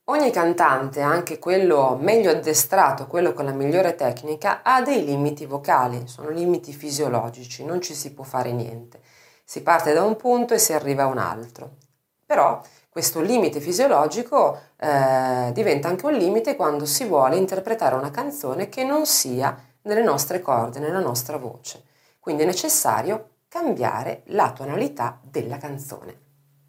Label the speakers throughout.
Speaker 1: Ogni cantante, anche quello meglio addestrato, quello con la migliore tecnica, ha dei limiti vocali, sono limiti fisiologici, non ci si può fare niente. Si parte da un punto e si arriva a un altro. Però questo limite fisiologico diventa anche un limite quando si vuole interpretare una canzone che non sia nelle nostre corde, nella nostra voce. Quindi è necessario cambiare la tonalità della canzone.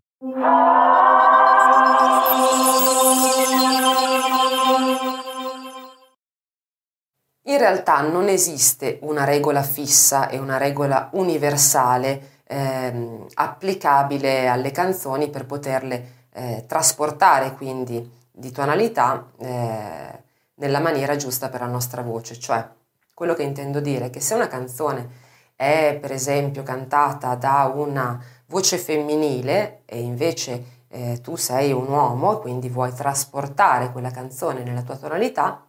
Speaker 1: In realtà non esiste una regola fissa e una regola universale applicabile alle canzoni per poterle trasportare quindi di tonalità nella maniera giusta per la nostra voce. Cioè, quello che intendo dire è che se una canzone è per esempio cantata da una voce femminile e invece tu sei un uomo e quindi vuoi trasportare quella canzone nella tua tonalità,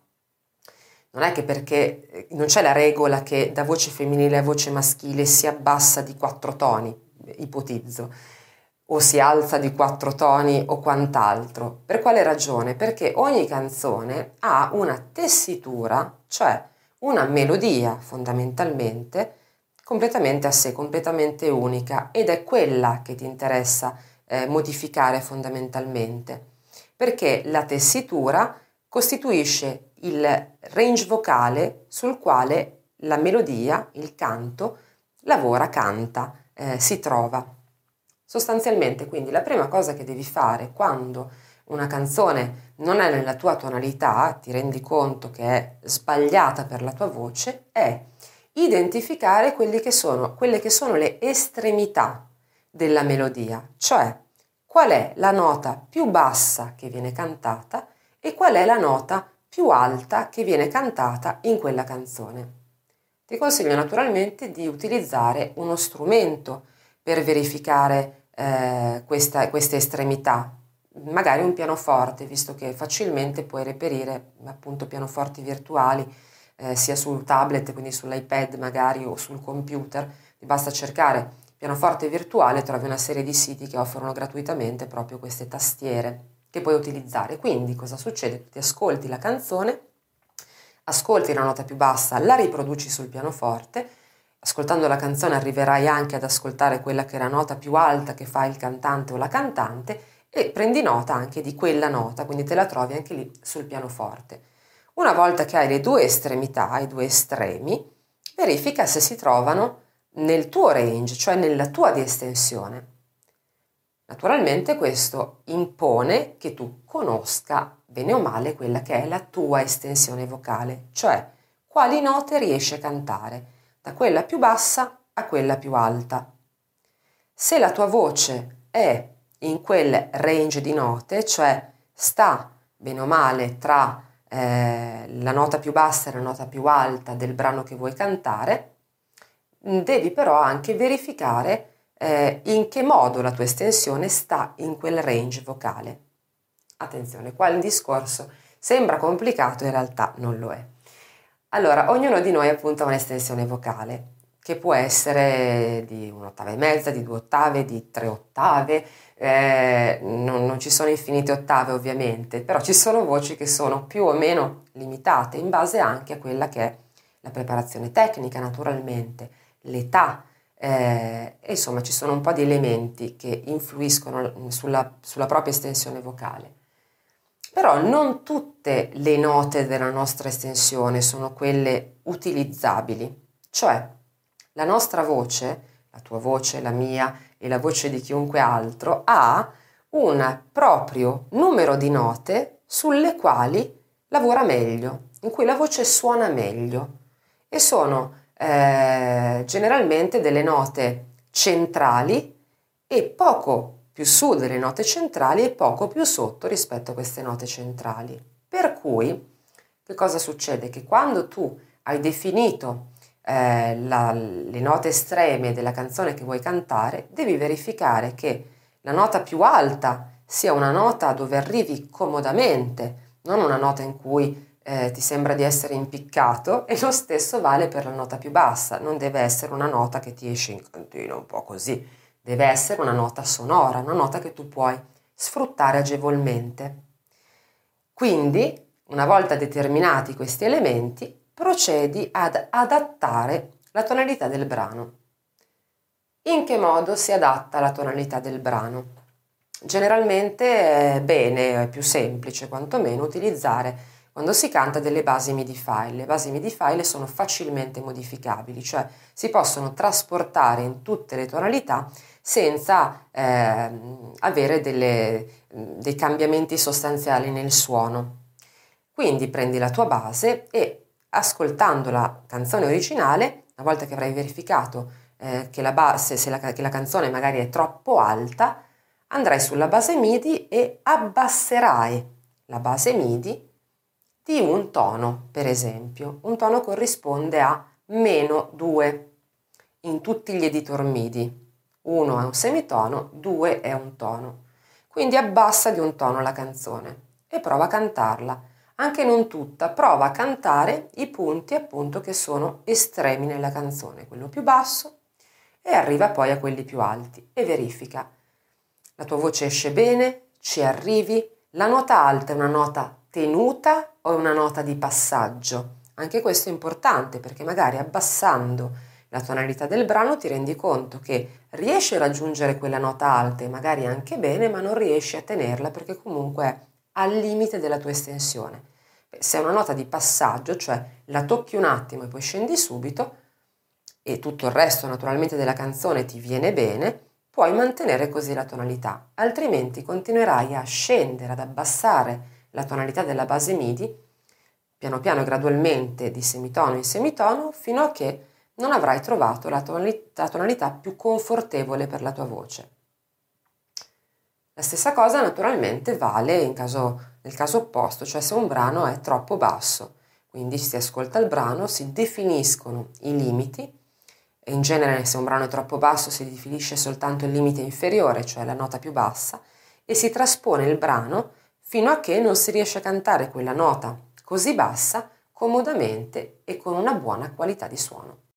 Speaker 1: non è che perché non c'è la regola che da voce femminile a voce maschile si abbassa di 4 toni, ipotizzo, o si alza di 4 toni o quant'altro. Per quale ragione? Perché ogni canzone ha una tessitura, cioè una melodia fondamentalmente completamente a sé, completamente unica, ed è quella che ti interessa modificare fondamentalmente, perché la tessitura costituisce il range vocale sul quale la melodia, il canto, canta, si trova. Sostanzialmente, quindi, la prima cosa che devi fare quando una canzone non è nella tua tonalità, ti rendi conto che è sbagliata per la tua voce, è identificare quelle che sono le estremità della melodia, cioè qual è la nota più bassa che viene cantata e qual è la nota più alta che viene cantata in quella canzone. Ti consiglio naturalmente di utilizzare uno strumento per verificare queste estremità, magari un pianoforte, visto che facilmente puoi reperire appunto pianoforti virtuali sia sul tablet, quindi sull'iPad magari o sul computer. Ti basta cercare pianoforte virtuale e trovi una serie di siti che offrono gratuitamente proprio queste tastiere che puoi utilizzare. Quindi cosa succede? Ti ascolti la canzone, ascolti la nota più bassa, la riproduci sul pianoforte, ascoltando la canzone arriverai anche ad ascoltare quella che è la nota più alta che fa il cantante o la cantante e prendi nota anche di quella nota, quindi te la trovi anche lì sul pianoforte. Una volta che hai le due estremità, i due estremi, verifica se si trovano nel tuo range, cioè nella tua di estensione. Naturalmente questo impone che tu conosca bene o male quella che è la tua estensione vocale, cioè quali note riesci a cantare, da quella più bassa a quella più alta. Se la tua voce è in quel range di note, cioè sta bene o male tra la nota più bassa e la nota più alta del brano che vuoi cantare, devi però anche verificare in che modo la tua estensione sta in quel range vocale. Attenzione, qua il discorso sembra complicato, in realtà non lo è. Allora, ognuno di noi appunto ha un'estensione vocale, che può essere di un'ottava e mezza, di 2 ottave, di 3 ottave, non ci sono infinite ottave ovviamente, però ci sono voci che sono più o meno limitate in base anche a quella che è la preparazione tecnica naturalmente, l'età, insomma ci sono un po' di elementi che influiscono sulla propria estensione vocale. Però non tutte le note della nostra estensione sono quelle utilizzabili, cioè la nostra voce, la tua voce, la mia e la voce di chiunque altro, ha un proprio numero di note sulle quali lavora meglio, in cui la voce suona meglio e sono generalmente delle note centrali e poco più su delle note centrali e poco più sotto rispetto a queste note centrali. Per cui, che cosa succede? Che quando tu hai definito le note estreme della canzone che vuoi cantare, devi verificare che la nota più alta sia una nota dove arrivi comodamente, non una nota in cui ti sembra di essere impiccato, e lo stesso vale per la nota più bassa, non deve essere una nota che ti esce in continuo un po' così, deve essere una nota sonora, una nota che tu puoi sfruttare agevolmente. Quindi, una volta determinati questi elementi, procedi ad adattare la tonalità del brano. In che modo si adatta la tonalità del brano? Generalmente è bene, è più semplice quantomeno, utilizzare quando si canta delle basi MIDI file. Le basi MIDI file sono facilmente modificabili, cioè si possono trasportare in tutte le tonalità senza avere dei cambiamenti sostanziali nel suono. Quindi prendi la tua base e, ascoltando la canzone originale, una volta che avrai verificato che la canzone magari è troppo alta, andrai sulla base MIDI e abbasserai la base MIDI di un tono, per esempio. Un tono corrisponde a -2 in tutti gli editor MIDI. 1 è un semitono, 2 è un tono. Quindi abbassa di un tono la canzone e prova a cantarla. Anche non tutta, prova a cantare i punti appunto che sono estremi nella canzone, quello più basso, e arriva poi a quelli più alti e verifica. La tua voce esce bene? Ci arrivi? La nota alta è una nota tenuta o è una nota di passaggio? Anche questo è importante perché magari abbassando la tonalità del brano ti rendi conto che riesci a raggiungere quella nota alta e magari anche bene, ma non riesci a tenerla perché comunque è al limite della tua estensione. Se è una nota di passaggio, cioè la tocchi un attimo e poi scendi subito, e tutto il resto naturalmente della canzone ti viene bene, puoi mantenere così la tonalità, altrimenti continuerai a scendere, ad abbassare la tonalità della base MIDI, piano piano e gradualmente di semitono in semitono, fino a che non avrai trovato la tonalità più confortevole per la tua voce. La stessa cosa naturalmente vale nel caso opposto, cioè se un brano è troppo basso, quindi si ascolta il brano, si definiscono i limiti, e in genere se un brano è troppo basso si definisce soltanto il limite inferiore, cioè la nota più bassa, e si traspone il brano fino a che non si riesce a cantare quella nota così bassa comodamente e con una buona qualità di suono.